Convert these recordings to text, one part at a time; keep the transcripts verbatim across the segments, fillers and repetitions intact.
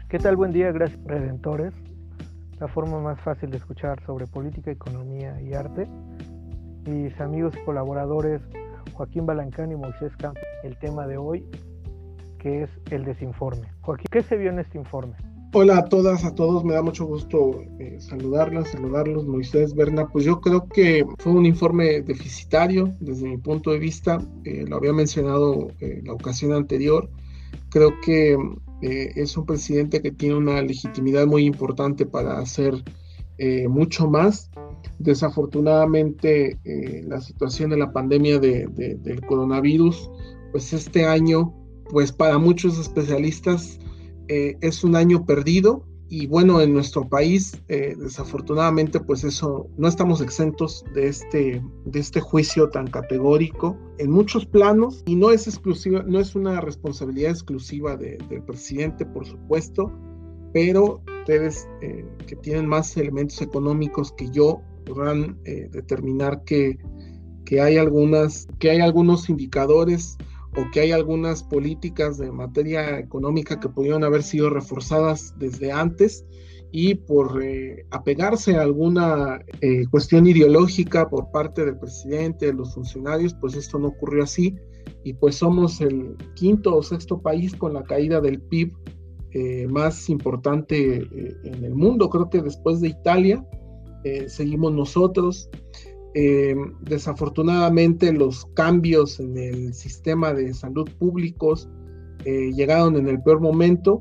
¿Qué tal? Buen día, gracias Redentores, la forma más fácil de escuchar sobre política, economía y arte. Mis amigos y colaboradores Joaquín Balancán y Moisés Campos, el tema de hoy, que es el desinforme. Joaquín, ¿qué se vio en este informe? Hola a todas, a todos, me da mucho gusto eh, saludarlas, saludarlos, Moisés, Berna. Pues yo creo que fue un informe deficitario desde mi punto de vista, eh, lo había mencionado en la ocasión anterior. Creo que eh, es un presidente que tiene una legitimidad muy importante para hacer eh, mucho más. Desafortunadamente, eh, la situación de la pandemia de, de, del coronavirus, pues este año, pues para muchos especialistas, eh, es un año perdido. Y bueno, en nuestro país, eh, desafortunadamente, pues eso, no estamos exentos de este, de este juicio tan categórico en muchos planos, y no es exclusiva, no es una responsabilidad exclusiva de, del presidente, por supuesto, pero ustedes eh, que tienen más elementos económicos que yo podrán eh, determinar que, que hay algunas, que hay algunos indicadores o que hay algunas políticas de materia económica que pudieron haber sido reforzadas desde antes, y por eh, apegarse a alguna eh, cuestión ideológica por parte del presidente, de los funcionarios, pues esto no ocurrió así, y pues somos el quinto o sexto país con la caída del P I B eh, más importante eh, en el mundo. Creo que después de Italia eh, seguimos nosotros. Eh, desafortunadamente los cambios en el sistema de salud públicos eh, llegaron en el peor momento,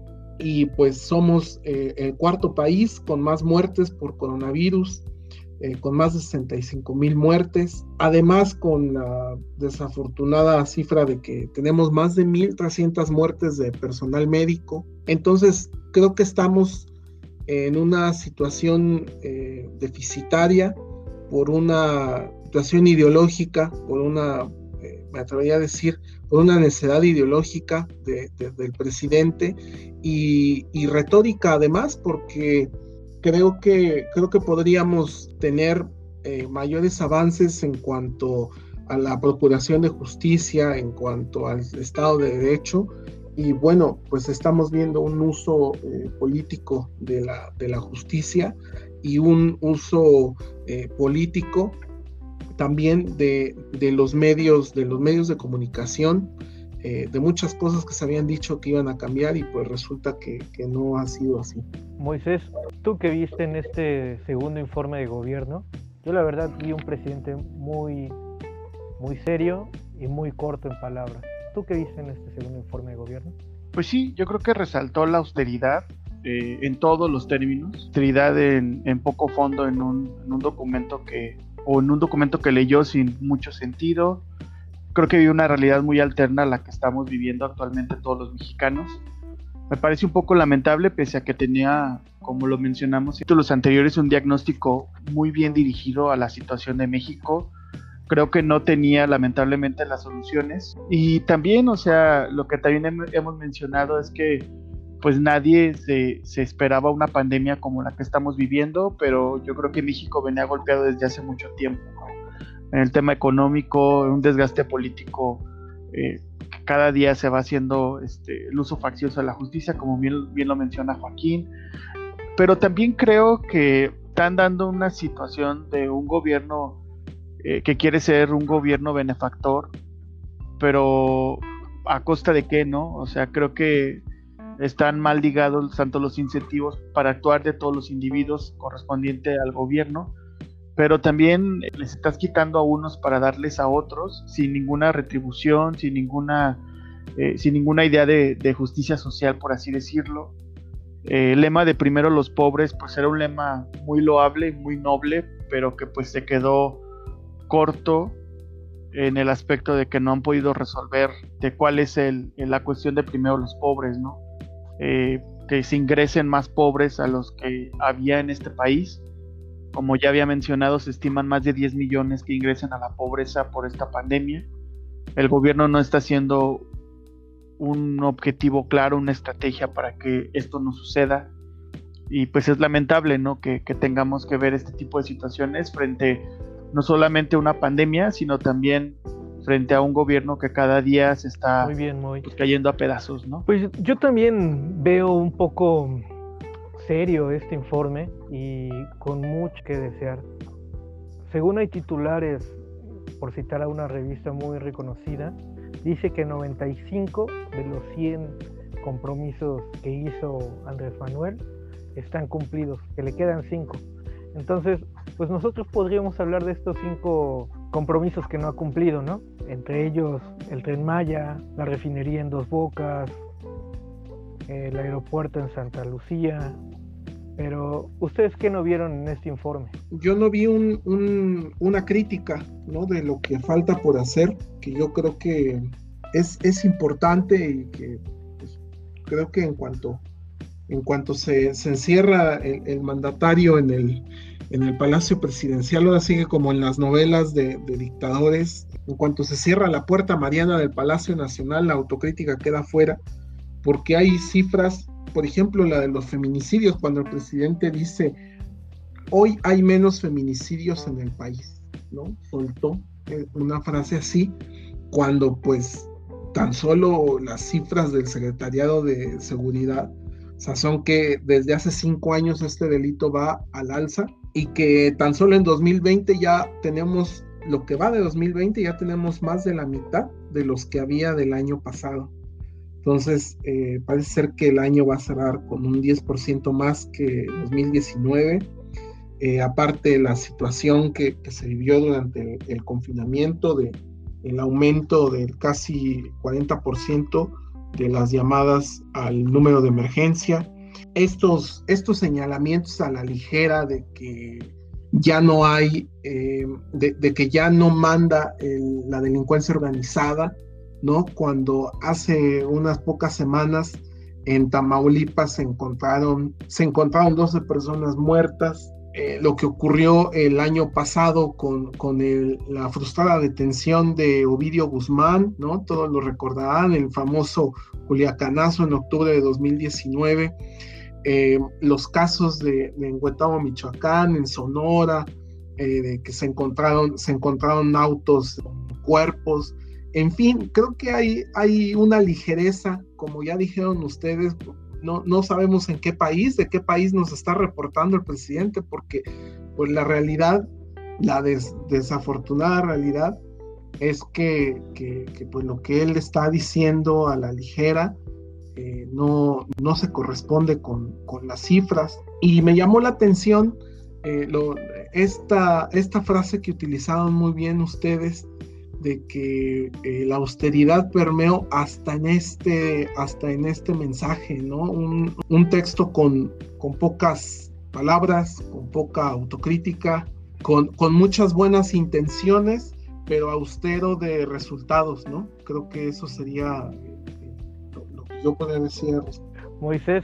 y pues somos eh, el cuarto país con más muertes por coronavirus, eh, con más de sesenta y cinco mil muertes, además con la desafortunada cifra de que tenemos más de mil trescientas muertes de personal médico. Entonces creo que estamos en una situación eh, deficitaria por una situación ideológica, por una, eh, me atrevería a decir, por una necesidad ideológica de, de, del presidente, y, y retórica además, porque creo que, creo que podríamos tener eh, mayores avances en cuanto a la procuración de justicia, en cuanto al Estado de Derecho. Y bueno, pues estamos viendo un uso eh, político de la, de la justicia, y un uso eh, político también de, de los medios, de los medios de comunicación, eh, de muchas cosas que se habían dicho que iban a cambiar, y pues resulta que, que no ha sido así. Moisés, tú que viste en este segundo informe de gobierno, yo la verdad vi un presidente muy, muy serio y muy corto en palabras. ¿Tú qué viste en este segundo informe de gobierno? Pues sí, yo creo que resaltó la austeridad eh, en todos los términos, austeridad en, en poco fondo en un, en un documento que, o en un documento que leyó sin mucho sentido. Creo que vive una realidad muy alterna a la que estamos viviendo actualmente todos los mexicanos. Me parece un poco lamentable, pese a que tenía, como lo mencionamos en títulos anteriores, un diagnóstico muy bien dirigido a la situación de México. Creo que no tenía lamentablemente las soluciones. Y también, o sea, lo que también hemos mencionado es que pues nadie se, se esperaba una pandemia como la que estamos viviendo, pero yo creo que México venía golpeado desde hace mucho tiempo, ¿no? En el tema económico, un desgaste político, eh, que cada día se va haciendo este, el uso faccioso de la justicia, como bien, bien lo menciona Joaquín. Pero también creo que están dando una situación de un gobierno Eh, que quiere ser un gobierno benefactor, pero ¿a costa de qué, no? O sea, creo que están mal ligados tanto los incentivos para actuar de todos los individuos correspondiente al gobierno, pero también les estás quitando a unos para darles a otros sin ninguna retribución, sin ninguna, eh, sin ninguna idea de, de justicia social, por así decirlo. Eh, el lema de primero los pobres, pues era un lema muy loable, muy noble, pero que pues se quedó corto en el aspecto de que no han podido resolver de cuál es el, la cuestión de primero los pobres, ¿no? Eh, que se ingresen más pobres a los que había en este país. Como ya había mencionado, se estiman más de diez millones que ingresen a la pobreza por esta pandemia. El gobierno no está haciendo un objetivo claro, una estrategia para que esto no suceda, y pues es lamentable, ¿no? que, que tengamos que ver este tipo de situaciones frente no solamente una pandemia, sino también frente a un gobierno que cada día se está muy bien, muy. Pues, cayendo a pedazos, ¿no? Pues yo también veo un poco serio este informe y con mucho que desear. Según hay titulares, por citar a una revista muy reconocida, dice que noventa y cinco de los cien compromisos que hizo Andrés Manuel están cumplidos, que le quedan cinco. Entonces, pues nosotros podríamos hablar de estos cinco compromisos que no ha cumplido, ¿no? Entre ellos el Tren Maya, la refinería en Dos Bocas, el aeropuerto en Santa Lucía. Pero, ¿ustedes qué no vieron en este informe? Yo no vi un, un, una crítica, ¿no?, de lo que falta por hacer, que yo creo que es, es importante y que pues, creo que en cuanto, en cuanto se, se encierra el, el mandatario en el, en el Palacio Presidencial, ahora sigue como en las novelas de, de dictadores, en cuanto se cierra la puerta mariana del Palacio Nacional, la autocrítica queda fuera, porque hay cifras, por ejemplo, la de los feminicidios, cuando el presidente dice, hoy hay menos feminicidios en el país, ¿no? Soltó una frase así, cuando pues tan solo las cifras del Secretariado de Seguridad, o sea, son que desde hace cinco años este delito va al alza y que tan solo en dos mil veinte ya tenemos, lo que va de dos mil veinte ya tenemos más de la mitad de los que había del año pasado. Entonces, eh, parece ser que el año va a cerrar con un diez por ciento más que dos mil diecinueve. Eh, aparte de la situación que, que se vivió durante el, el confinamiento, de, el aumento del casi cuarenta por ciento de las llamadas al número de emergencia. Estos, estos señalamientos a la ligera de que ya no hay, eh, de, de que ya no manda el, la delincuencia organizada, ¿no? Cuando hace unas pocas semanas en Tamaulipas se encontraron, se encontraron doce personas muertas, eh, lo que ocurrió el año pasado con, con el, la frustrada detención de Ovidio Guzmán, ¿no? Todos lo recordarán, el famoso Culiacanazo en octubre de dos mil diecinueve, eh, los casos de, de en Huetamo, Michoacán, en Sonora, eh, de que se encontraron, se encontraron autos, cuerpos. En fin, creo que hay, hay una ligereza, como ya dijeron ustedes, no, no sabemos en qué país, de qué país nos está reportando el presidente, porque pues la realidad, la des, desafortunada realidad, es que, que, que pues lo que él está diciendo a la ligera eh, no, no se corresponde con, con las cifras. Y me llamó la atención eh, lo, esta, esta frase que utilizaron muy bien ustedes, de que eh, la austeridad permeó hasta en este, hasta en este mensaje, ¿no? Un, un texto con, con pocas palabras, con poca autocrítica, con, con muchas buenas intenciones, pero austero de resultados, ¿no? Creo que eso sería eh, lo, lo que yo podría decir. Moisés,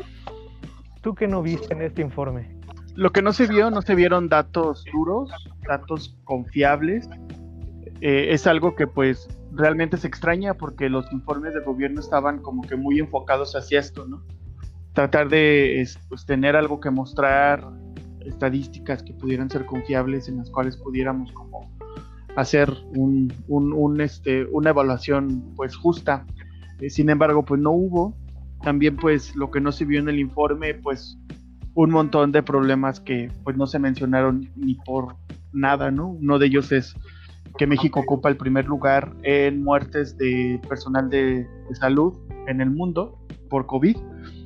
¿tú qué no viste en este informe? Lo que no se vio, no se vieron datos duros, datos confiables. Eh, es algo que pues realmente se extraña porque los informes del gobierno estaban como que muy enfocados hacia esto, ¿no? Tratar de es, pues, tener algo que mostrar, estadísticas que pudieran ser confiables, en las cuales pudiéramos como hacer un, un, un, este, una evaluación pues justa. Eh, sin embargo, pues no hubo. También pues lo que no se vio en el informe, pues un montón de problemas que pues no se mencionaron ni por nada, ¿no? Uno de ellos es que México ocupa el primer lugar en muertes de personal de, de salud en el mundo por COVID.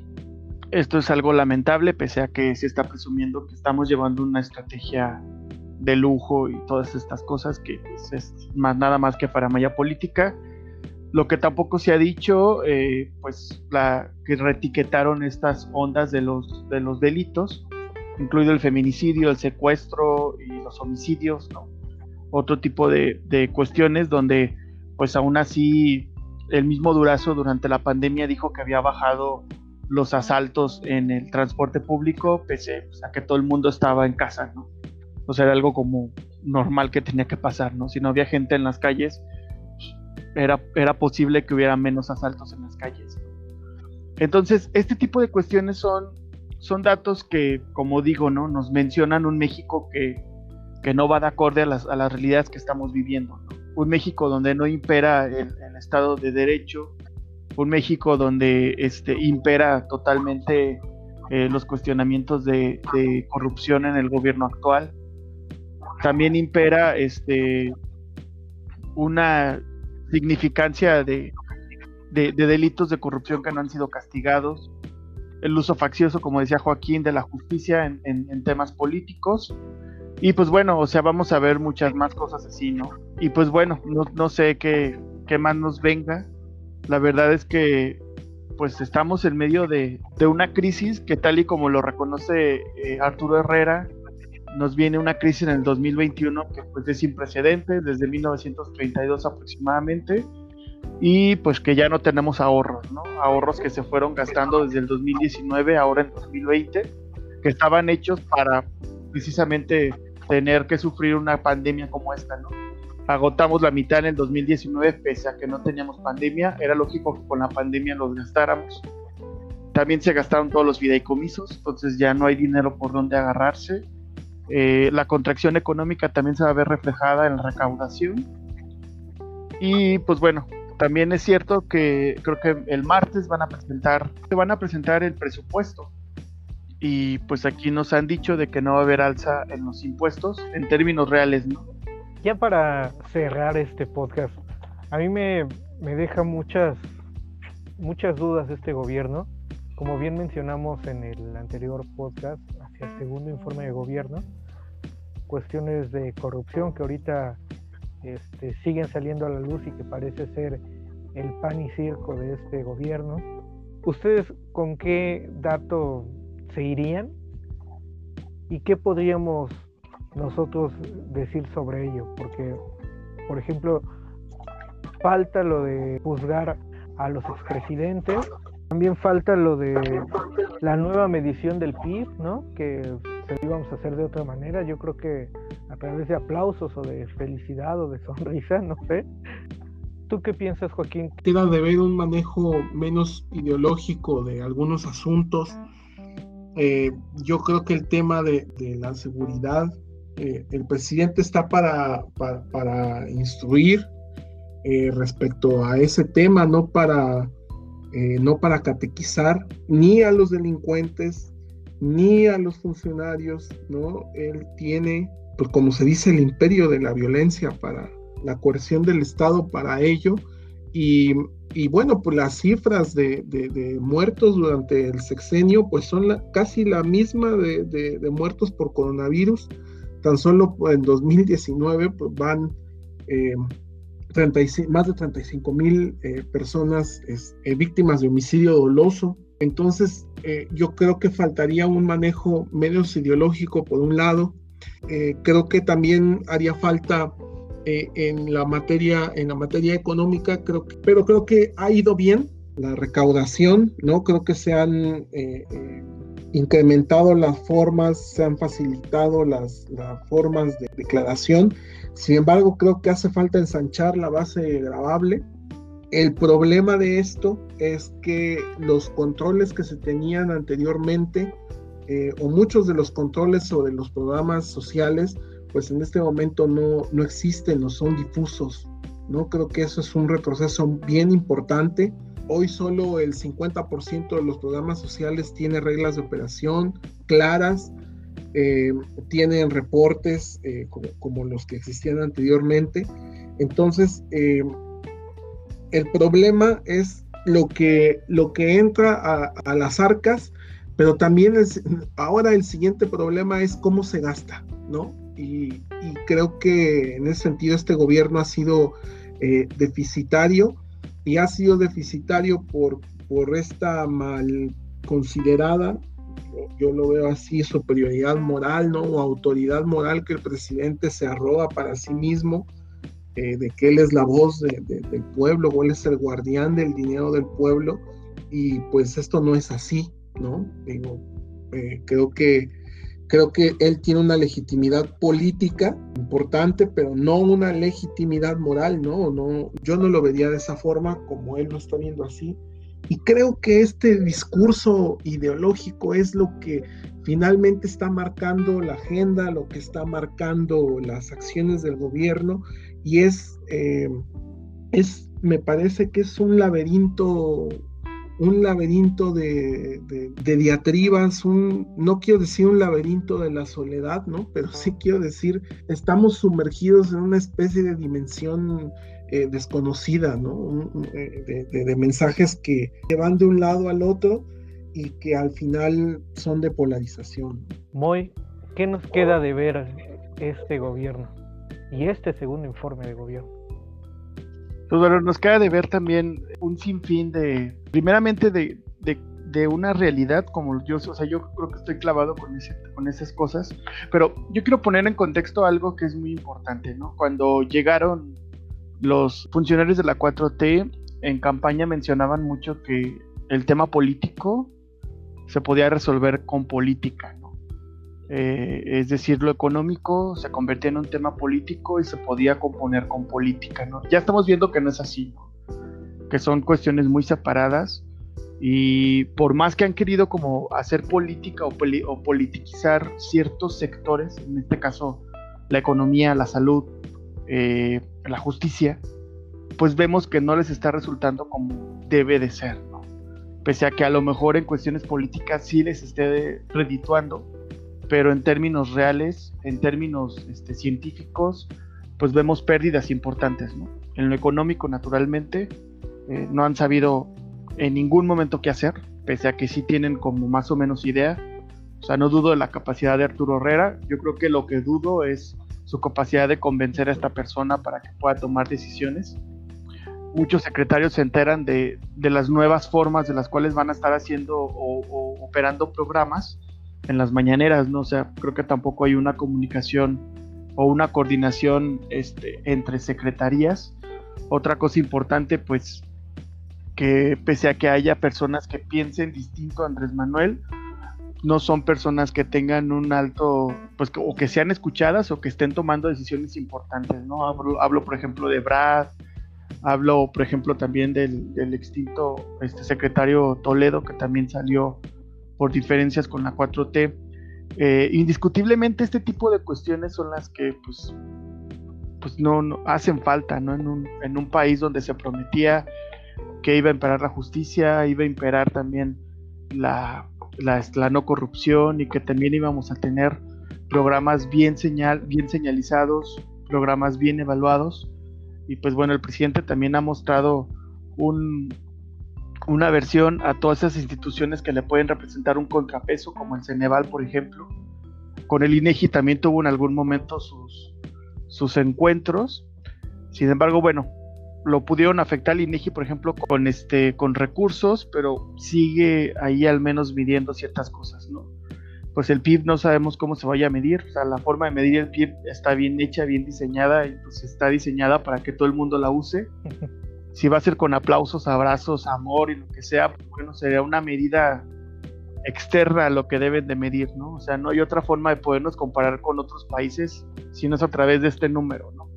Esto es algo lamentable, pese a que se está presumiendo que estamos llevando una estrategia de lujo y todas estas cosas que pues, es más nada más que faramaya política. Lo que tampoco se ha dicho, eh, pues la que reetiquetaron estas ondas de los, de los delitos, incluido el feminicidio, el secuestro y los homicidios, ¿no? Otro tipo de, de cuestiones donde pues aún así el mismo Durazo durante la pandemia dijo que había bajado los asaltos en el transporte público pese pues, a que todo el mundo estaba en casa, ¿no? O sea, era algo como normal que tenía que pasar, ¿no? Si no había gente en las calles, era, era posible que hubiera menos asaltos en las calles. Entonces, este tipo de cuestiones son, son datos que, como digo, ¿no? Nos mencionan un México que que no va de acorde a las, a las realidades que estamos viviendo, ¿no? un México donde no impera el, el Estado de Derecho, un México donde este, impera totalmente eh, los cuestionamientos de, de corrupción en el gobierno actual. También impera este, una significancia de, de, de delitos de corrupción que no han sido castigados, el uso faccioso, como decía Joaquín, de la justicia en, en, en temas políticos. Y pues bueno, o sea, vamos a ver muchas más cosas así, ¿no? Y pues bueno, no, no sé qué, qué más nos venga. La verdad es que pues estamos en medio de, de una crisis que, tal y como lo reconoce eh, Arturo Herrera, nos viene una crisis en el dos mil veintiuno que pues es sin precedentes, desde mil novecientos treinta y dos aproximadamente, y pues que ya no tenemos ahorros, ¿no? Ahorros que se fueron gastando desde el dos mil diecinueve, ahora en dos mil veinte, que estaban hechos para precisamente tener que sufrir una pandemia como esta, ¿no? Agotamos la mitad en el dos mil diecinueve, pese a que no teníamos pandemia. Era lógico que con la pandemia los gastáramos. También se gastaron todos los fideicomisos, entonces ya no hay dinero por donde agarrarse. Eh, la contracción económica también se va a ver reflejada en la recaudación. Y pues bueno, también es cierto que creo que el martes van a presentar, se van a presentar el presupuesto. Y pues aquí nos han dicho de que no va a haber alza en los impuestos en términos reales, ¿no? Ya para cerrar este podcast, a mí me, me deja muchas, muchas dudas este gobierno. Como bien mencionamos en el anterior podcast, hacia el segundo informe de gobierno, cuestiones de corrupción que ahorita este, siguen saliendo a la luz y que parece ser el pan y circo de este gobierno. ¿Ustedes con qué dato se irían? ¿Y qué podríamos nosotros decir sobre ello? Porque, por ejemplo, falta lo de juzgar a los expresidentes, también falta lo de la nueva medición del P I B, ¿no? Que se lo íbamos a hacer de otra manera, yo creo que a través de aplausos o de felicidad o de sonrisa, no sé. ¿Tú qué piensas, Joaquín? Queda de ver un manejo menos ideológico de algunos asuntos. Eh, yo creo que el tema de, de la seguridad, eh, el presidente está para, para, para instruir eh, respecto a ese tema, no para, eh, no para catequizar ni a los delincuentes ni a los funcionarios, ¿no? Él tiene, pues como se dice, el imperio de la violencia, para la coerción del Estado para ello. Y, y bueno, pues las cifras de, de, de muertos durante el sexenio pues son la, casi la misma de, de, de muertos por coronavirus. Tan solo en dos mil diecinueve pues van eh, treinta y cinco, más de treinta y cinco mil eh, personas es, eh, víctimas de homicidio doloso. Entonces eh, yo creo que faltaría un manejo menos ideológico por un lado. Eh, creo que también haría falta Eh, en la materia en la materia económica, creo que, pero creo que ha ido bien la recaudación, ¿no? Creo que se han eh, eh, incrementado las formas, se han facilitado las, las formas de declaración. Sin embargo, creo que hace falta ensanchar la base gravable. El problema de esto es que los controles que se tenían anteriormente, eh, o muchos de los controles sobre los programas sociales, pues en este momento no, no existen, no son difusos, ¿no? Creo que eso es un retroceso bien importante. Hoy solo el cincuenta por ciento de los programas sociales tiene reglas de operación claras, eh, tienen reportes eh, como, como los que existían anteriormente. Entonces, eh, el problema es lo que, lo que entra a, a las arcas, pero también es, ahora el siguiente problema es cómo se gasta, ¿no? Y, y creo que en ese sentido este gobierno ha sido eh, deficitario, y ha sido deficitario por, por esta mal considerada, yo lo veo así, superioridad moral, ¿no? O autoridad moral que el presidente se arroga para sí mismo, eh, de que él es la voz de, de, del pueblo, o él es el guardián del dinero del pueblo, y pues esto no es así, ¿no? Digo, eh, creo que Creo que él tiene una legitimidad política importante, pero no una legitimidad moral, ¿no? No, yo no lo vería de esa forma, como él lo está viendo así. Y creo que este discurso ideológico es lo que finalmente está marcando la agenda, lo que está marcando las acciones del gobierno, y es, eh, es, me parece que es un laberinto, un laberinto de, de, de diatribas, un, no quiero decir un laberinto de la soledad, ¿no? Pero sí quiero decir, estamos sumergidos en una especie de dimensión eh, desconocida, ¿no? Un, de, de, de mensajes que van de un lado al otro y que al final son de polarización. Moy, ¿qué nos queda de ver este gobierno y este segundo informe de gobierno? Pues bueno, nos queda de ver también un sinfín de, primeramente de, de, de una realidad, como yo, o sea, yo creo que estoy clavado con, ese, con esas cosas, pero yo quiero poner en contexto algo que es muy importante, ¿no? Cuando llegaron los funcionarios de la cuatro T, en campaña mencionaban mucho que el tema político se podía resolver con política, ¿no? Eh, es decir, lo económico se convertía en un tema político y se podía componer con política, ¿no? Ya estamos viendo que no es así, ¿no? Que son cuestiones muy separadas, y por más que han querido como hacer política o, poli- o politizar ciertos sectores, en este caso la economía, la salud, eh, la justicia, pues vemos que no les está resultando como debe de ser, ¿no? Pese a que a lo mejor en cuestiones políticas sí les esté redituando, pero en términos reales, en términos este, científicos, pues vemos pérdidas importantes, ¿no? En lo económico, naturalmente, eh, no han sabido en ningún momento qué hacer, pese a que sí tienen como más o menos idea. O sea, no dudo de la capacidad de Arturo Herrera, yo creo que lo que dudo es su capacidad de convencer a esta persona para que pueda tomar decisiones. Muchos secretarios se enteran de, de las nuevas formas de las cuales van a estar haciendo o, o operando programas en las mañaneras, ¿no? O sea, creo que tampoco hay una comunicación o una coordinación este, entre secretarías. Otra cosa importante, pues, que pese a que haya personas que piensen distinto a Andrés Manuel, no son personas que tengan un alto, pues, o que sean escuchadas o que estén tomando decisiones importantes, ¿no? Hablo, hablo por ejemplo, de Brad, hablo, por ejemplo, también del, del extinto este, secretario Toledo, que también salió por diferencias con la cuatro T. Eh, indiscutiblemente este tipo de cuestiones son las que pues, pues no, no hacen falta, ¿no? En un, en un país donde se prometía que iba a imperar la justicia, iba a imperar también la, la, la no corrupción, y que también íbamos a tener programas bien, señal, bien señalizados, programas bien evaluados. Y pues bueno, el presidente también ha mostrado un una aversión a todas esas instituciones que le pueden representar un contrapeso, como el Ceneval, por ejemplo. Con el INEGI también tuvo en algún momento sus, sus encuentros. Sin embargo, bueno, lo pudieron afectar el INEGI, por ejemplo, con, este, con recursos, pero sigue ahí al menos midiendo ciertas cosas, ¿no? Pues el P I B no sabemos cómo se vaya a medir, o sea, la forma de medir el P I B está bien hecha, bien diseñada, y pues está diseñada para que todo el mundo la use. Si va a ser con aplausos, abrazos, amor y lo que sea, pues bueno, sería una medida externa a lo que deben de medir, ¿no? O sea, no hay otra forma de podernos comparar con otros países si no es a través de este número, ¿no?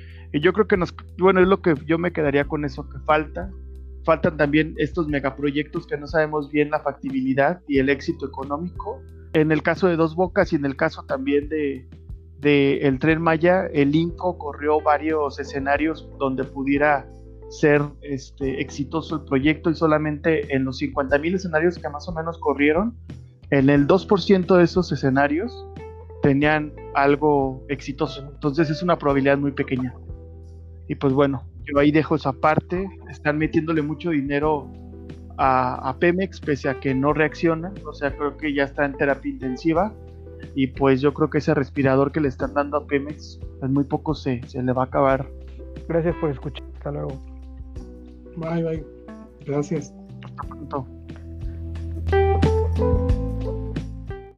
Y yo creo que nos, bueno, es lo que yo me quedaría con eso, que falta, faltan también estos megaproyectos que no sabemos bien la factibilidad y el éxito económico. En el caso de Dos Bocas y en el caso también de, de el Tren Maya, el INCO corrió varios escenarios donde pudiera ser este, exitoso el proyecto, y solamente en los cincuenta mil escenarios que más o menos corrieron, en el dos por ciento de esos escenarios tenían algo exitoso. Entonces es una probabilidad muy pequeña. Y pues bueno, yo ahí dejo esa parte. Están metiéndole mucho dinero a, a Pemex, pese a que no reacciona. O sea, creo que ya está en terapia intensiva, y pues yo creo que ese respirador que le están dando a Pemex, en muy poco se, se le va a acabar. Gracias por escuchar. Hasta luego. Bye, bye. Gracias. Hasta pronto.